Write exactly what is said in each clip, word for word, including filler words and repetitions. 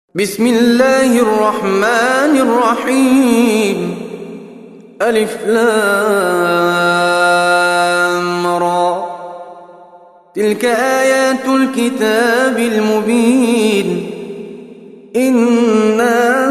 بسم الله الرحمن الرحيم. ألف لام را. تلك آيات الكتاب المبين. إنا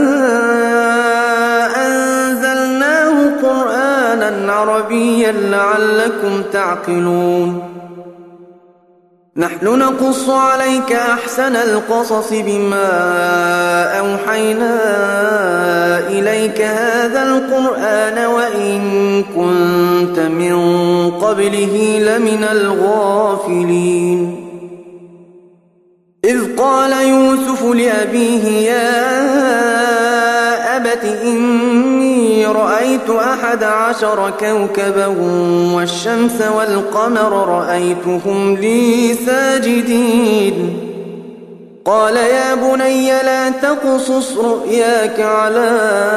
أنزلناه قرآنا عربيا لعلكم تعقلون. نحن نقص عليك أحسن القصص بما أوحينا إليك هذا القرآن وإن كنت من قبله لمن الغافلين. إذ قال يوسف لأبيه يا أبت إني رأيت أحد عشر كوكبا والشمس والقمر رأيتهم لي ساجدين. قال يا بني لا تقصص رؤياك على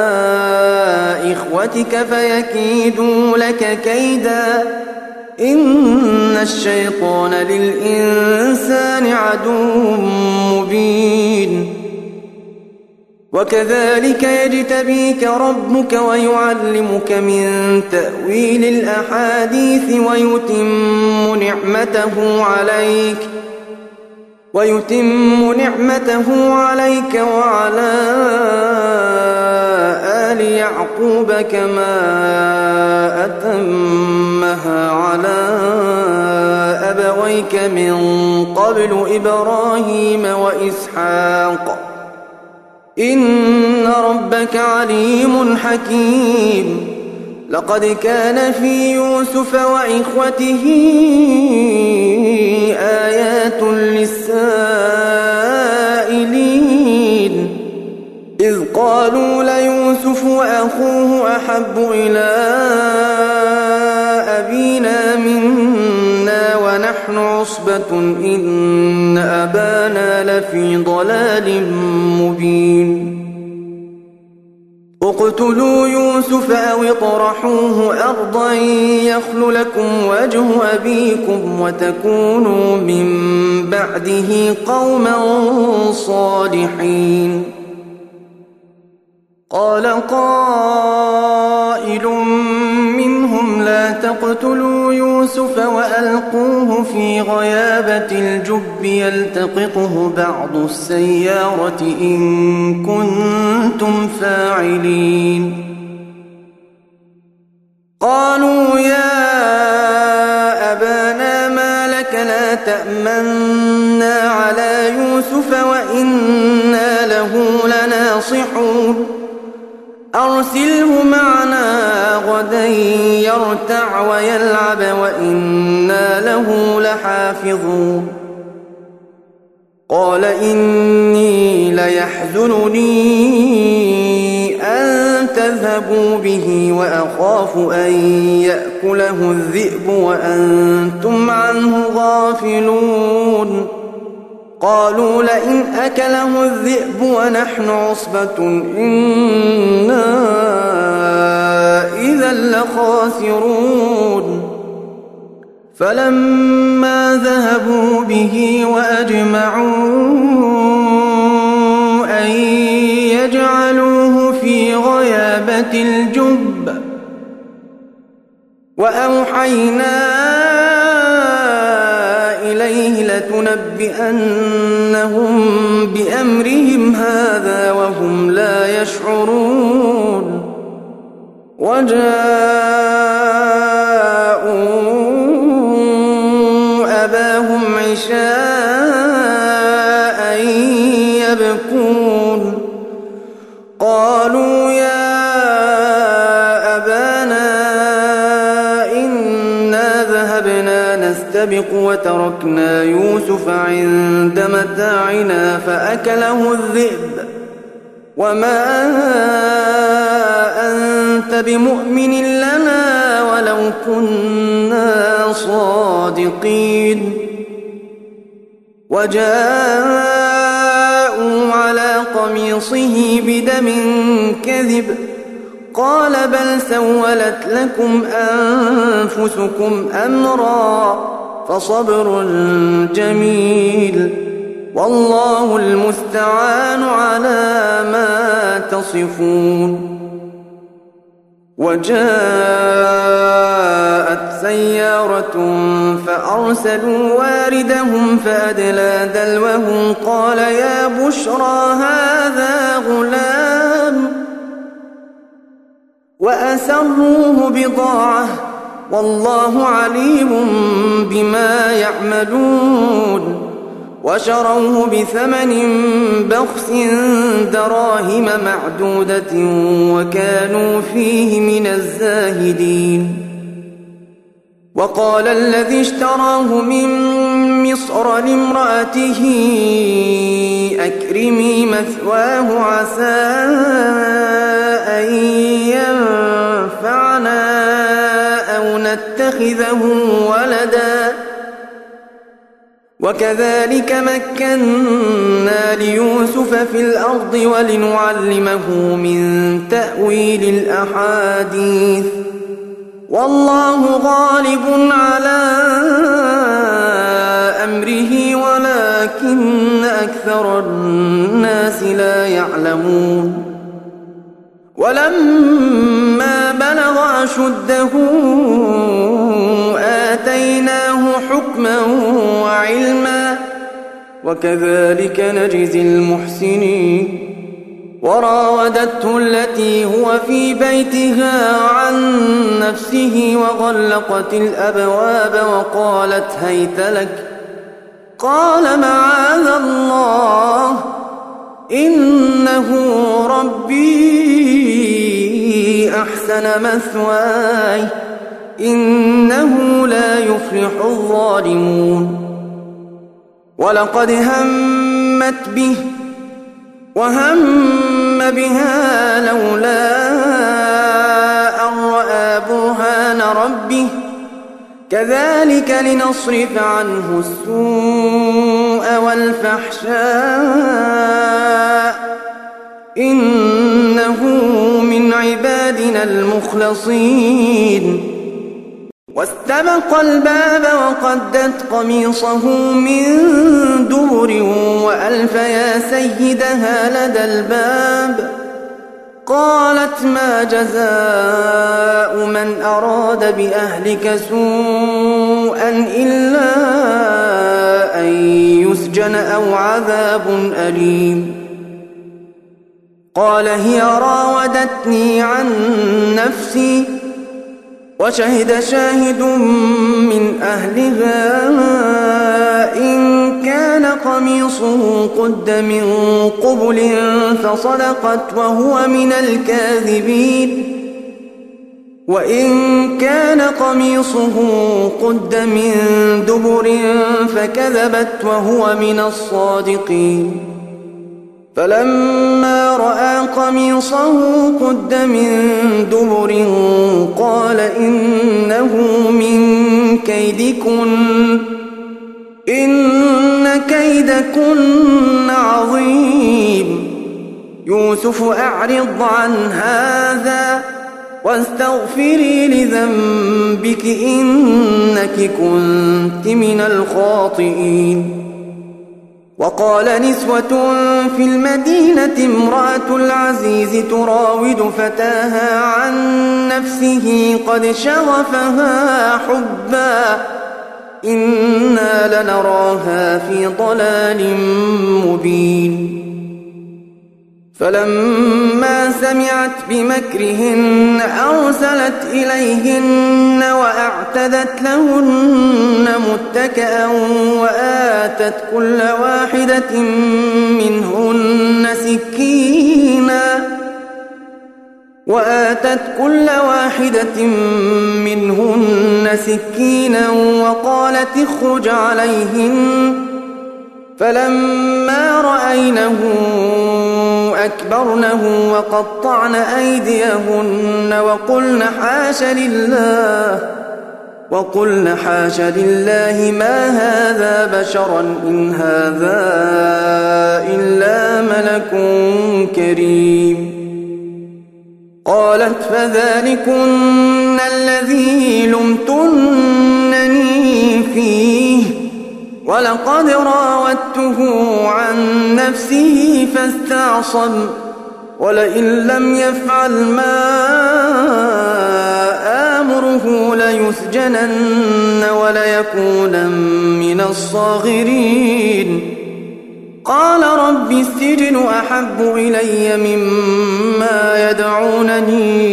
إخوتك فيكيدوا لك كيدا إن الشيطان للإنسان عدو مبين. وكذلك يجتبيك ربك ويعلمك من تأويل الأحاديث ويتم نعمته عليك ويتم نعمته عليك وعلى آل يعقوب كما أتمها على أبويك من قبل إبراهيم وإسحاق إن ربك عليم حكيم. لقد كان في يوسف وإخوته آيات للسائلين إذ قالوا ليوسف وأخوه أحب إلى أبينا منا ونحن عصبة إن أبانا لفي ضلال مبين. اقتلوا يوسف أو اطرحوه أرضا يخل لكم وجه أبيكم وتكونوا من بعده قوما صالحين. قال قائل منهم لا تقتلوا يوسف وألقوه في غيابة الجب يلتقطه بعض السيارة إن كنتم فاعلين. قالوا يا أبانا ما لك لا تأمنا على يوسف وإنا له لناصحون. أرسله معنا غدا يرتع ويلعب وإنا له لحافظون. قال إني ليحزنني أن تذهبوا به وأخاف أن يأكله الذئب وأنتم عنه غافلون. قالوا لئن أكله الذئب ونحن عصبة إنا إذا لخاسرون. فلما ذهبوا به وأجمعوا أن يجعلوه في غيابة الجب وأوحينا إليه لتنبئنهم بأمرهم هذا وهم لا يشعرون. وجاءوا أباهم عشاء يبكون. قالوا يا نستبق وتركنا يوسف عند متاعنا فأكله الذئب وما أنت بمؤمن لنا ولو كنا صادقين. وجاءوا على قميصه بدم كذب قال بل سولت لكم أنفسكم أمرا فصبر جميل والله المستعان على يصفون وجاءت سيارة فأرسلوا واردهم فأدلى دلوه قال يا بشرى هذا غلام وأسروه بضاعة والله عليم بما يعملون وشروه بثمن بخس دراهم معدودة وكانوا فيه من الزاهدين وقال الذي اشتراه من مصر لامرأته أكرمي مثواه عسى أن ينفعنا أو نتخذه ولدا وكذلك مكنا ليوسف في الأرض ولنعلمه من تأويل الأحاديث والله غالب على أمره ولكن أكثر الناس لا يعلمون ولما بلغ أشده آتيناه حكما وعلما وكذلك نجزي المحسنين وراودته التي هو في بيتها عن نفسه وغلقت الأبواب وقالت هيت لك قال معاذ الله إنه ربي أحسن مثواي إنه لا يفلح الظالمون ولقد همت به وهم بها لولا أن رأى برهان ربه كذلك لنصرف عنه السوء والفحشاء إنه من عبادنا المخلصين واستبق الباب وقدت قميصه من دبر وألف يا سيدها لدى الباب قالت ما جزاء من أراد بأهلك سوءا إلا أن يسجن أو عذاب أليم قال هي راودتني عن نفسي وشهد شاهد من أهلها إن كان قميصه قد من قبل فصدقت وهو من الكاذبين وإن كان قميصه قد من دبر فكذبت وهو من الصادقين فلما رأى قميصه قد من دبر قال إنه من كيدكن إن كيدكن عظيم يوسف أعرض عن هذا واستغفري لذنبك إنك كنت من الخاطئين وقال نسوة في المدينة امرأة العزيز تراود فتاها عن نفسه قد شغفها حبا إنا لنراها في ضلال مبين فلما سمعت بمكرهن أرسلت إليهن وأعتدت لهن متكئا وآتت كل واحدة منهن سكينا وآتت كل واحدة منهن سكينا وقالت اخرج عليهن فلما رأينه أكبرنه وقطعن أيديهن وقلن حاش لله وقلن حاش لله ما هذا بشرا إن هذا إلا ملك كريم قالت فذلكن الذي لمتنني فيه ولقد راودته عن نفسه فاستعصم ولئن لم يفعل ما آمره ليسجنن وليكونن من الصاغرين. قال رب السجن أحب إلي مما يدعونني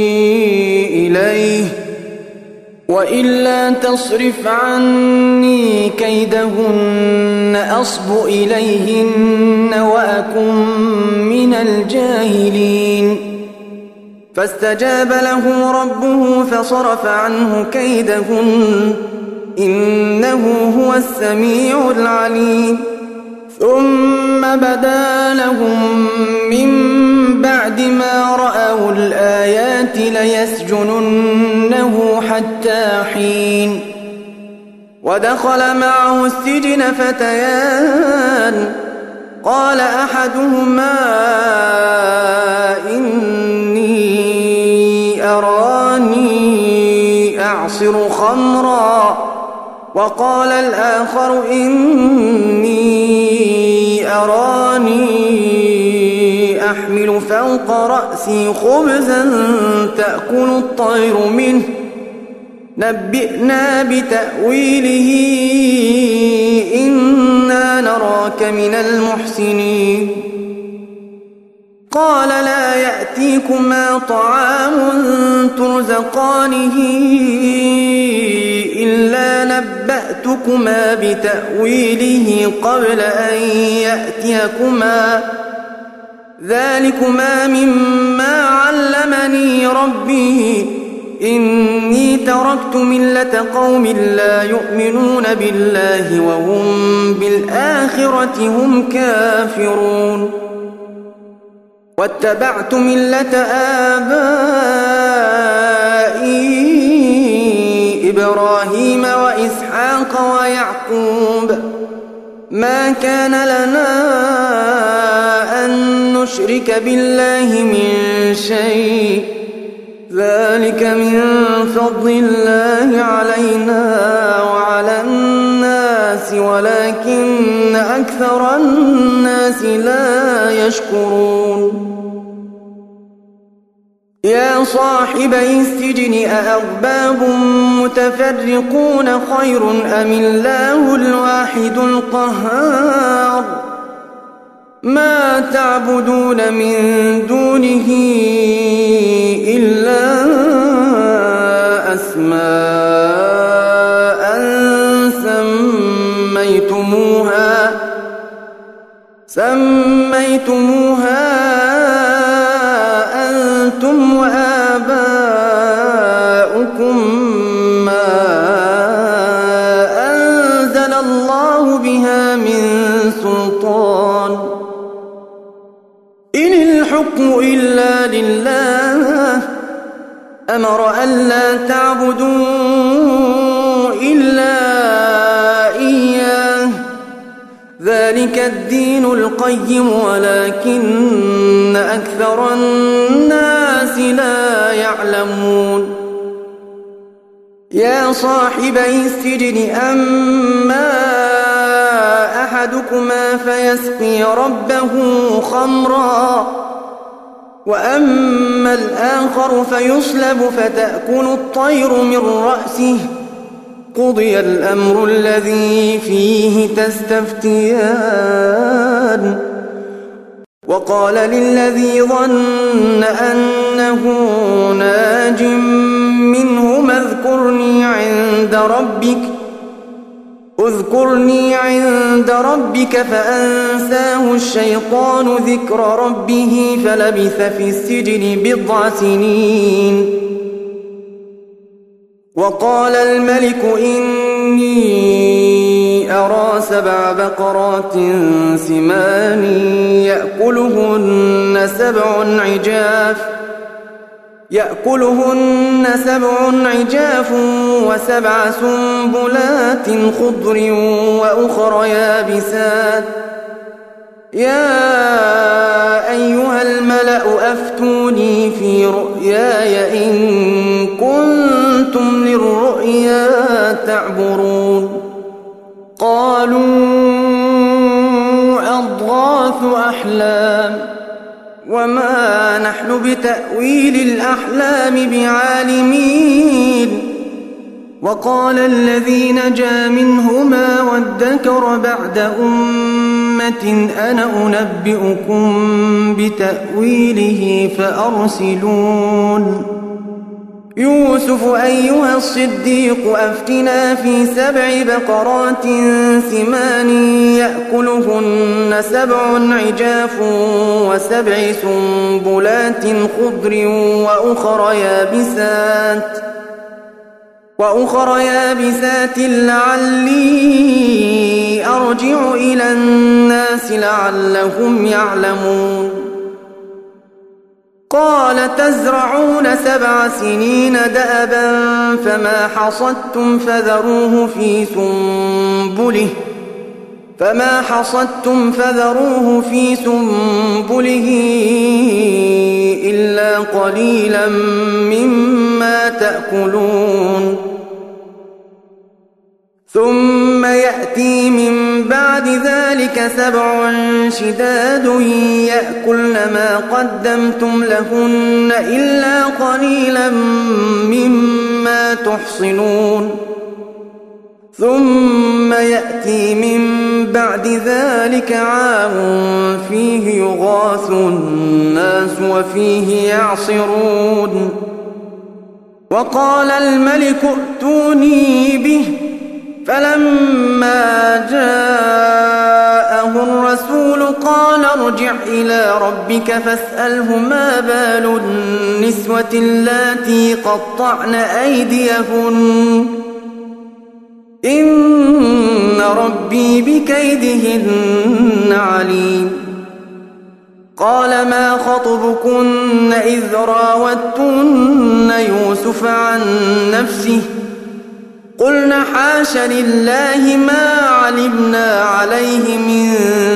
إليه وإلا تصرف عني كيدهن أصب إليهن وأكن من الجاهلين. فاستجاب له ربه فصرف عنه كيدهن إنه هو السميع العليم. ثم بدا لهم من بعد ما رأوا الآيات ليسجننه حتى حين. ودخل معه السجن فتيان قال أحدهما إني أراني أعصر خمرا وقال الآخر إني أراني أحمل فوق رأسي خبزا تأكل الطير منه نبئنا بتأويله إنا نراك من المحسنين. قال لا يأتيكما طعام ترزقانه إلا نبأتكما بتأويله قبل أن يأتيكما ذلكما مما علمني ربي إني تركت ملة قوم لا يؤمنون بالله وهم بالآخرة هم كافرون. واتبعت ملة آبائي إبراهيم وإسحاق ويعقوب ما كان لنا أن نشرك بالله من شيء ذلك من فضل الله علينا وعلى الناس ولكن أكثر الناس لا يشكرون. يا صاحبي السجن أأرباب متفرقون خير أم الله الواحد القهار ما تعبدون من دونه إلا أسماء سميتموها سميتموها أنتم وآباؤكم ما أنزل الله بها من سلطان إن الحكم إلا لله أمر ألا تعبدوا إلا إياه ذلك الدين القيم ولكن أكثر الناس لا يعلمون. يا صاحبي السجن أما أحدكما فيسقي ربه خمرا وأما الآخر فيصلب فتأكل الطير من رأسه قضي الأمر الذي فيه تستفتيان. وقال للذي ظن أنه ناج منهما اذكرني عند ربك اذكرني عند ربك فأنساه الشيطان ذكر ربه فلبث في السجن بضع سنين. وقال الملك إني أرى سبع بقرات سمان يأكلهن سبع عجاف يأكلهن سبع عجاف وسبع سنبلات خضر وأخر يابسات يا أيها الملأ أفتوني في رؤياي إن كنتم للرؤيا تعبرون. قالوا أضغاث أحلام وما نحن بتأويل الأحلام بعالمين. وقال الذي نجا منهما وادكر بعد أمة أنا أنبئكم بتأويله فأرسلون. يوسف أيها الصديق أفتنا في سبع بقرات سمان يأكلهن سبع عجاف وسبع سنبلات خضر وأخر يابسات وأخر يابسات لعلي أرجع إلى الناس لعلهم يعلمون. قال تزرعون سبع سنين دأبا فما حصدتم فذروه في سنبله فما حصدتم فذروه في سنبله إلا قليلا مما تأكلون. ثم يأتي من بعد ذلك سبع شداد يأكلن ما قدمتم لهن إلا قليلا مما تحصنون. ثم يأتي من بعد ذلك عام فيه يغاث الناس وفيه يعصرون. وقال الملك ائتوني به فلما جاءه الرسول قال ارجع إلى ربك فاسأله ما بال النسوة اللاتي قطعن أيديهن إن ربي بكيدهن عليم. قال ما خطبكن إذ راوتن يوسف عن نفسه قلنا حاش لله ما علمنا عليه من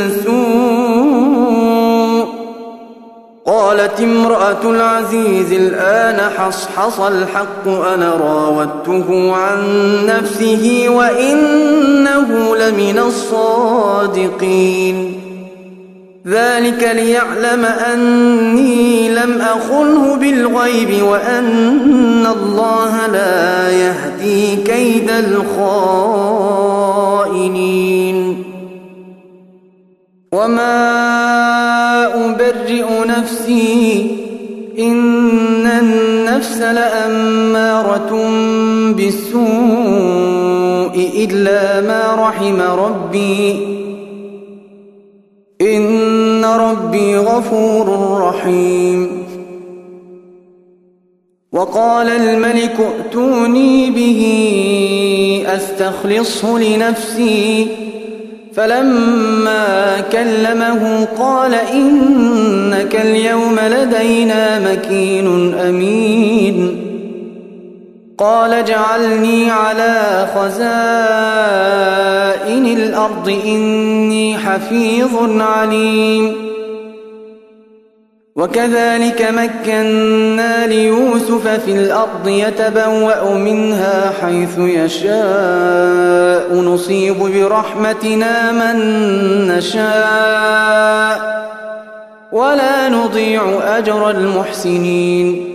سوء. قالت امرأة العزيز الآن حصحص الحق أنا راودته عن نفسه وإنه لمن الصادقين. ذلك ليعلم أني لم أخنه بالغيب وأن الله لا يهدي كيد الخائنين. وما أبرئ نفسي إن النفس لأمارة بالسوء إلا ما رحم ربي إن ربي غفور رحيم. وقال الملك ائتوني به أستخلصه لنفسي فلما كلمه قال إنك اليوم لدينا مكين أمين. قال اجعلني على خزائن الأرض إني حفيظ عليم. وكذلك مكنا ليوسف في الأرض يتبوأ منها حيث يشاء نصيب برحمتنا من نشاء ولا نضيع أجر المحسنين.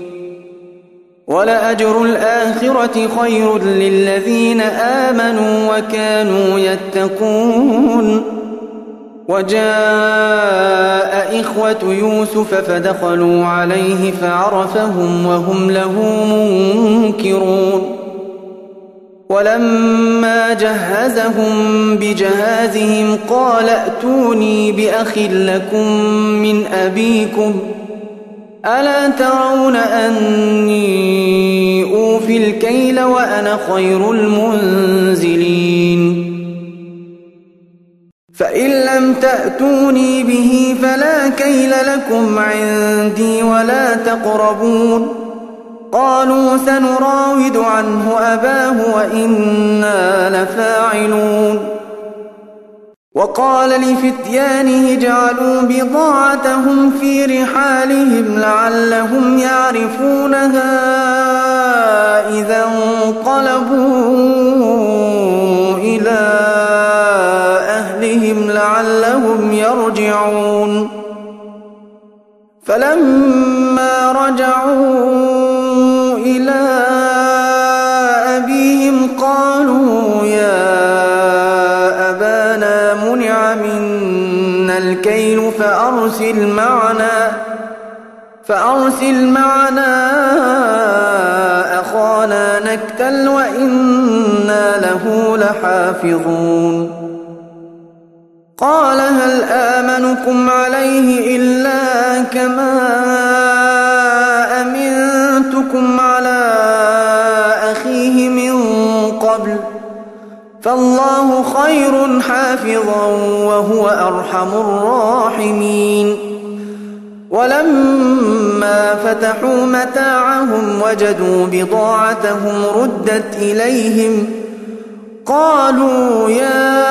ولأجر الآخرة خير للذين آمنوا وكانوا يتقون. وجاء إخوة يوسف فدخلوا عليه فعرفهم وهم له منكرون. ولما جهزهم بجهازهم قال ائتوني بأخ لكم من أبيكم ألا ترون أني أوفي الكيل وأنا خير المنزلين. فإن لم تأتوني به فلا كيل لكم عندي ولا تقربون. قالوا سنراود عنه أباه وإنا لفاعلون. وقال لفتيانه اجعلوا بضاعتهم في رحالهم لعلهم يعرفونها إذا انقلبوا إلى أهلهم لعلهم يرجعون. فلما رجعوا إلى أبيهم قالوا يا أبانا منع منا الكيل فأرسل معنا فأرسل معنا أخانا نكتل وإنا له لحافظون قال هل آمنكم عليه إلا كما أمنتكم على أخيه من قبل فالله خير حافظا وهو أرحم الراحمين ولما فتحوا متاعهم وجدوا بضاعتهم ردت إليهم قالوا يا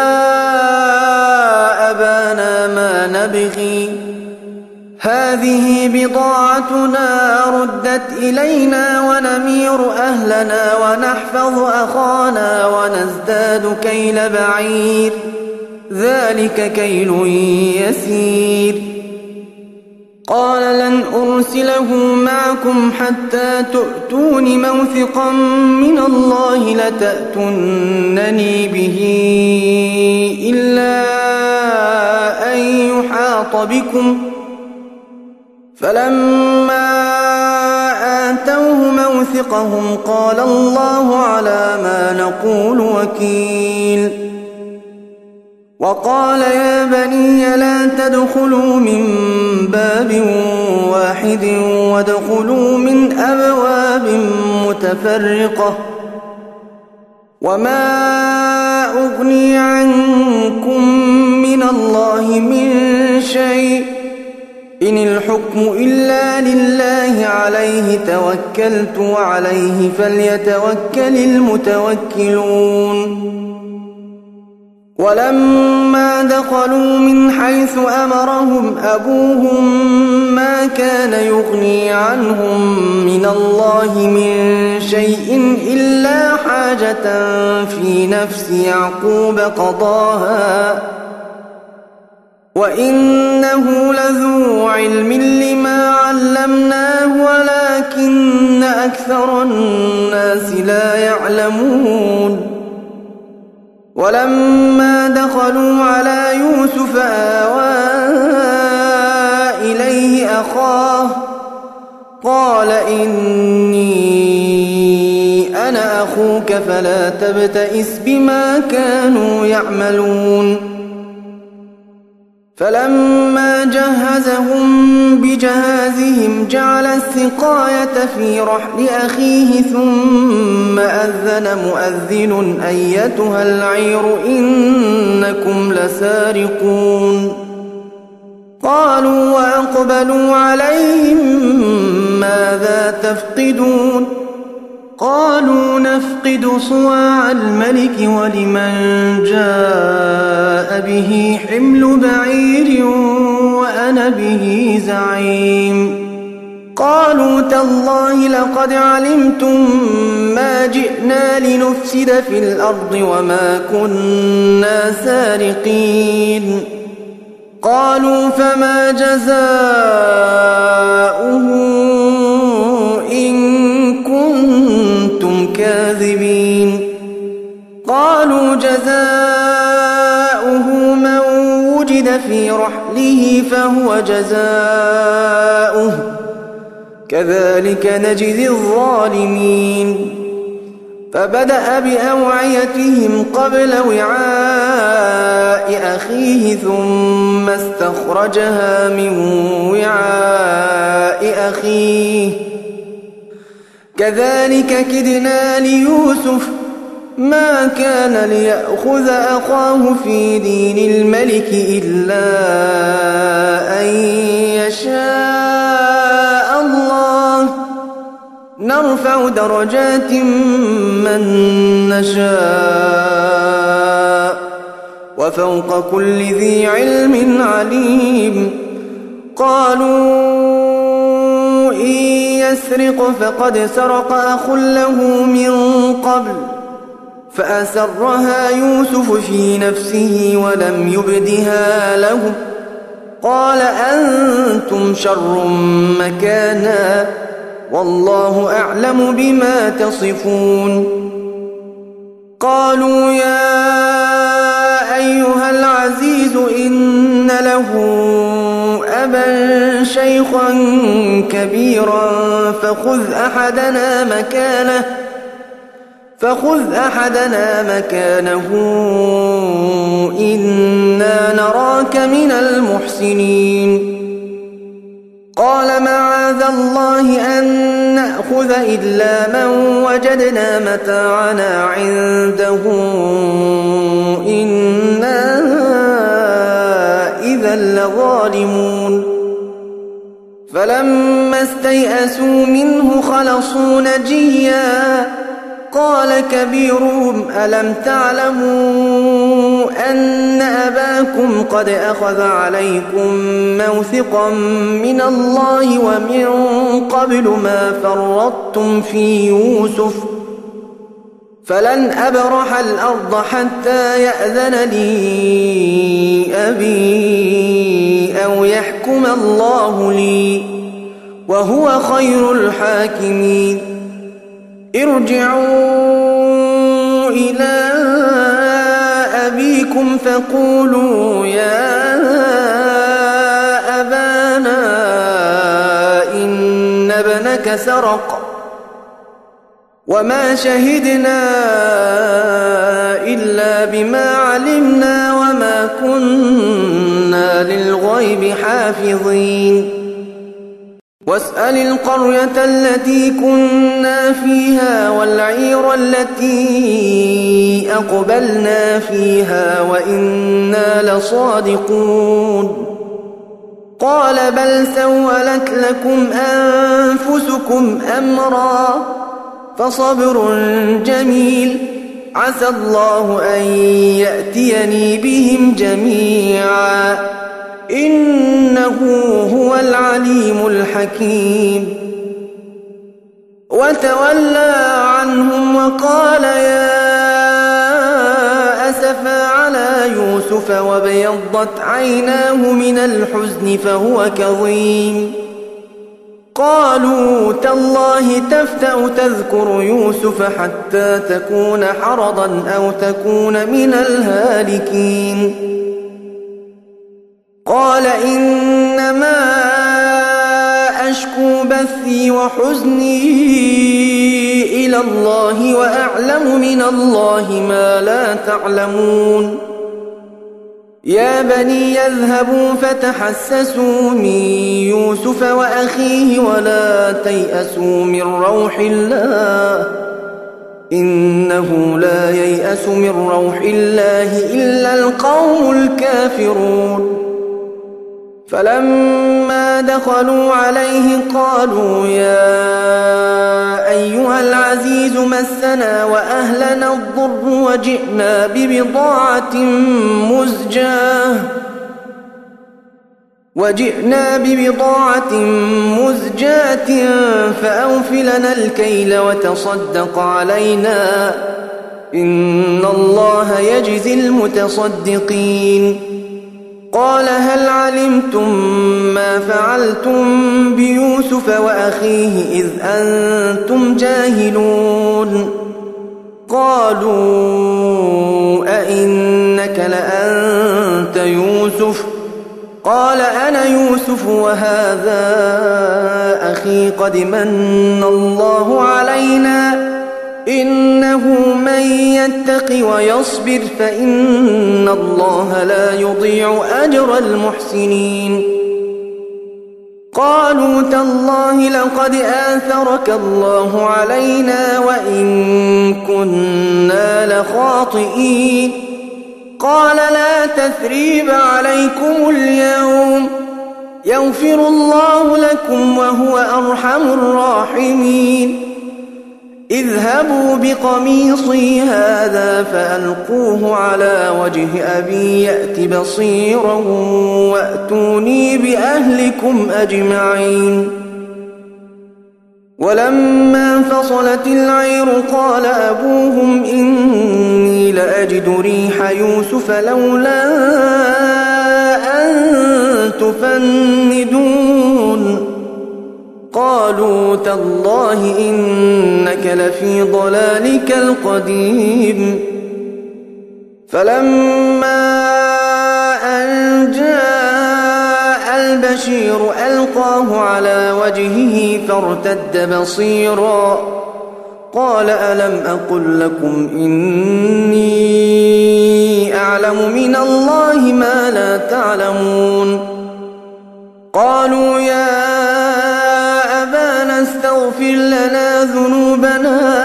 أبانا ما نبغي هذه بضاعتنا ردت إلينا ونمير أهلنا ونحفظ أخانا ونزداد كيل بعير ذلك كيل يسير قال لن أرسله معكم حتى تؤتون موثقا من الله لتأتونني به إلا أن يحاط بكم فلما آتوه موثقهم قال الله على ما نقول وكيل وقال يا بني لا تدخلوا من باب واحد وادخلوا من أبواب متفرقة وما أغني عنكم من الله من شيء إن الحكم إلا لله عليه توكلت وعليه فليتوكل المتوكلون ولما دخلوا من حيث أمرهم أبوهم ما كان يغني عنهم من الله من شيء إلا حاجة في نفس يعقوب قضاها وإنه لذو علم لما علمناه ولكن أكثر الناس لا يعلمون ولما دخلوا على يوسف آوى إليه أخاه قال إني أنا أخوك فلا تبتئس بما كانوا يعملون فلما جهزهم بجهازهم جعل السقاية في رحل أخيه ثم أذن مؤذن أيتها العير إنكم لسارقون قالوا وأقبلوا عليهم ماذا تفقدون قالوا نفقد صواع الملك ولمن جاء به حمل بعير وأنا به زعيم قالوا تالله لقد علمتم ما جئنا لنفسد في الأرض وما كنا سارقين قالوا فما جزاؤه إن كنتم كاذبين قالوا جزاؤه من وجد في رحله فهو جزاؤه كذلك نجزي الظالمين فبدأ بأوعيتهم قبل وعاء أخيه ثم استخرجها من وعاء أخيه كذلك كدنا ليوسف ما كان ليأخذ أخاه في دين الملك إلا أن يشاء الله نرفع درجات من نشاء وفوق كل ذي علم عليم قالوا إن يسرق فقد سرق أخ له من قبل فأسرها يوسف في نفسه ولم يبدها له قال أنتم شر مكانا والله أعلم بما تصفون قالوا يا أيها العزيز إن له أبا شيخا كبيرا فخذ أحدنا مكانه فخذ أحدنا مكانه إنا نراك من المحسنين قال معاذ الله أن نأخذ إلا من وجدنا متاعنا عنده إنا إذا لظالمون فلما استيئسوا منه خلصوا نجيا قال كبيرهم ألم تعلموا أن أباكم قد أخذ عليكم موثقا من الله ومن قبل ما فرطتم في يوسف فلن أبرح الأرض حتى يأذن لي أبي أو يحكم الله لي وهو خير الحاكمين ارجعوا إلى أبيكم فقولوا يا أبانا إن ابنك سرق وما شهدنا إلا بما علمنا وما كنا للغيب حافظين واسأل القرية التي كنا فيها والعير التي أقبلنا فيها وإنا لصادقون قال بل سولت لكم أنفسكم أمرا فصبر جميل عسى الله أن يأتيني بهم جميعا إنه هو العليم الحكيم وتولى عنهم وقال يا أسفا على يوسف وابيضت عيناه من الحزن فهو كظيم قالوا تالله تفتأ تذكر يوسف حتى تكون حرضا أو تكون من الهالكين قال إنما أشكو بثي وحزني إلى الله وأعلم من الله ما لا تعلمون يا بني يذهبوا فتحسسوا من يوسف وأخيه ولا تيأسوا من روح الله إنه لا ييأس من روح الله إلا القوم الكافرون فلما دخلوا عليه قالوا يا أيها العزيز مسنا وأهلنا الضر وجئنا ببضاعة مزجاة وجئنا ببضاعة مزجاة فأوفلنا الكيل وتصدق علينا إن الله يجزي المتصدقين قال هل علمتم ما فعلتم بيوسف وأخيه إذ أنتم جاهلون قالوا أئنك لأنت يوسف قال أنا يوسف وهذا أخي قد من الله علينا إنه من يتق ويصبر فإن الله لا يضيع أجر المحسنين قالوا تالله لقد آثرك الله علينا وإن كنا لخاطئين قال لا تثريب عليكم اليوم يغفر الله لكم وهو أرحم الراحمين اذهبوا بقميصي هذا فألقوه على وجه أبي يأت بصيرا وأتوني بأهلكم أجمعين ولما فصلت العير قال أبوهم إني لأجد ريح يوسف لولا أن تفندون قالوا تالله إنك لفي ضلالك القديم فلما أن جاء البشير ألقاه على وجهه فارتد بصيرا قال ألم أقل لكم إني أعلم من الله ما لا تعلمون قالوا يا أبانا استغفر لنا ذنوبنا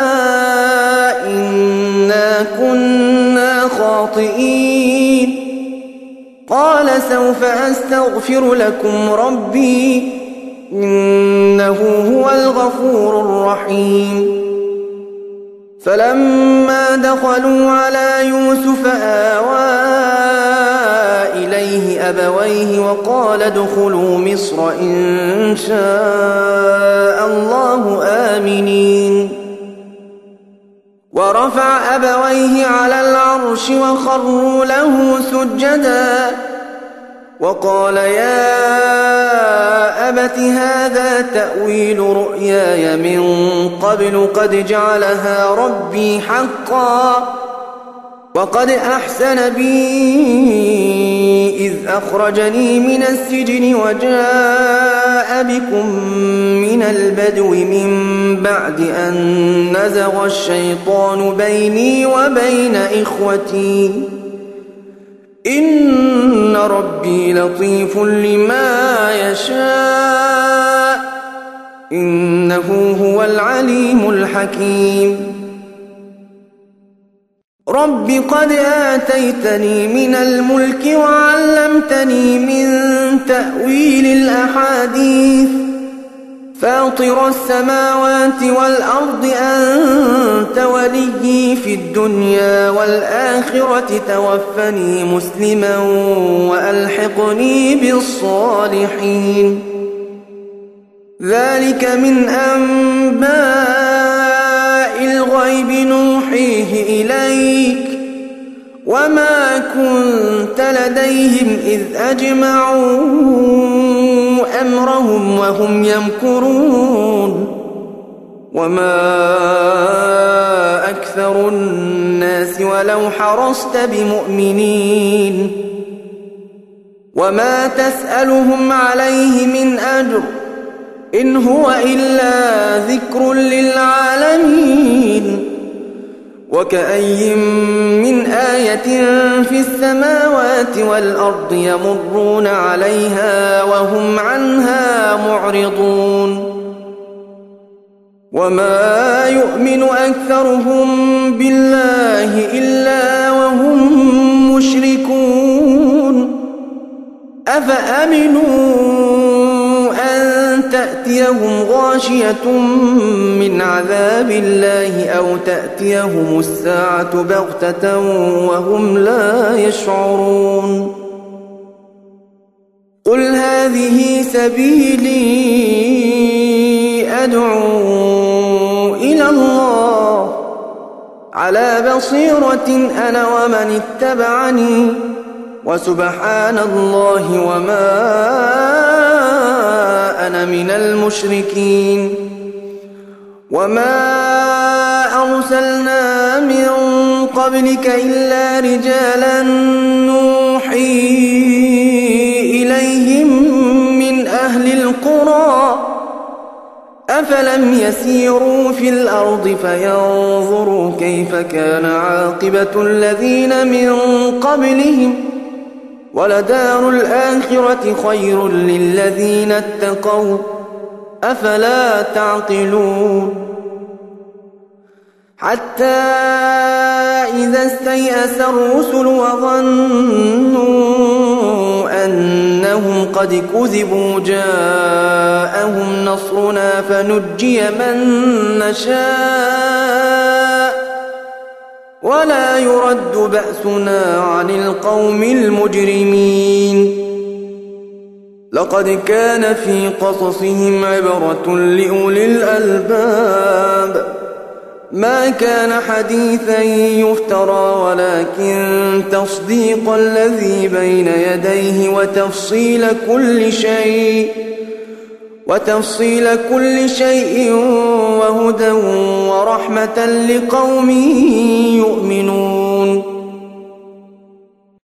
إنا كنا خاطئين قال سوف أستغفر لكم ربي إنه هو الغفور الرحيم فلما دخلوا على يوسف آوى إليه أبويه وقال ادخلوا مصر إن شاء الله آمنين ورفع أبويه على العرش وخروا له سجدا وقال يا أبت هذا تأويل رؤياي من قبل قد جعلها ربي حقا وقد أحسن بي إذ أخرجني من السجن وجاء بكم من البدو من بعد أن نزغ الشيطان بيني وبين إخوتي إن ربي لطيف لما يشاء إنه هو العليم الحكيم رب قد آتيتني من الملك وعلمتني من تأويل الأحاديث فاطر السماوات والأرض أنت وليي في الدنيا والآخرة توفني مسلما وألحقني بالصالحين ذلك من أنباء الغيب نوحيه إليك وما كنت لديهم إذ أجمعوا أمرهم وهم يمكرون وما أكثر الناس ولو حرصت بمؤمنين وما تسألهم عليه من أجر إن هو إلا ذكر للعالمين وكأي من آية في السماوات والأرض يمرون عليها وهم عنها معرضون وما يؤمن أكثرهم بالله إلا وهم مشركون أفأمنوا أن تأتيهم غاشية من عذاب الله أو تأتيهم الساعة بغتة وهم لا يشعرون قل هذه سبيلي أدعو إلى الله على بصيرة أنا ومن اتبعني وسبحان الله وما أنا من المشركين وما أرسلنا من قبلك إلا رجالا نوحي إليهم من أهل القرى أفلم يسيروا في الأرض فينظروا كيف كان عاقبة الذين من قبلهم ولدار الآخرة خير للذين اتقوا أفلا تعقلون حتى إذا استيأس الرسل وظنوا أنهم قد كذبوا جاءهم نصرنا فنجي من نشاء ولا يرد بأسنا عن القوم المجرمين لقد كان في قصصهم عبرة لأولي الألباب ما كان حديثا يفترى ولكن تصديق الذي بين يديه وتفصيل كل شيء وتفصيل كل شيء وهدى ورحمة لقوم يؤمنون.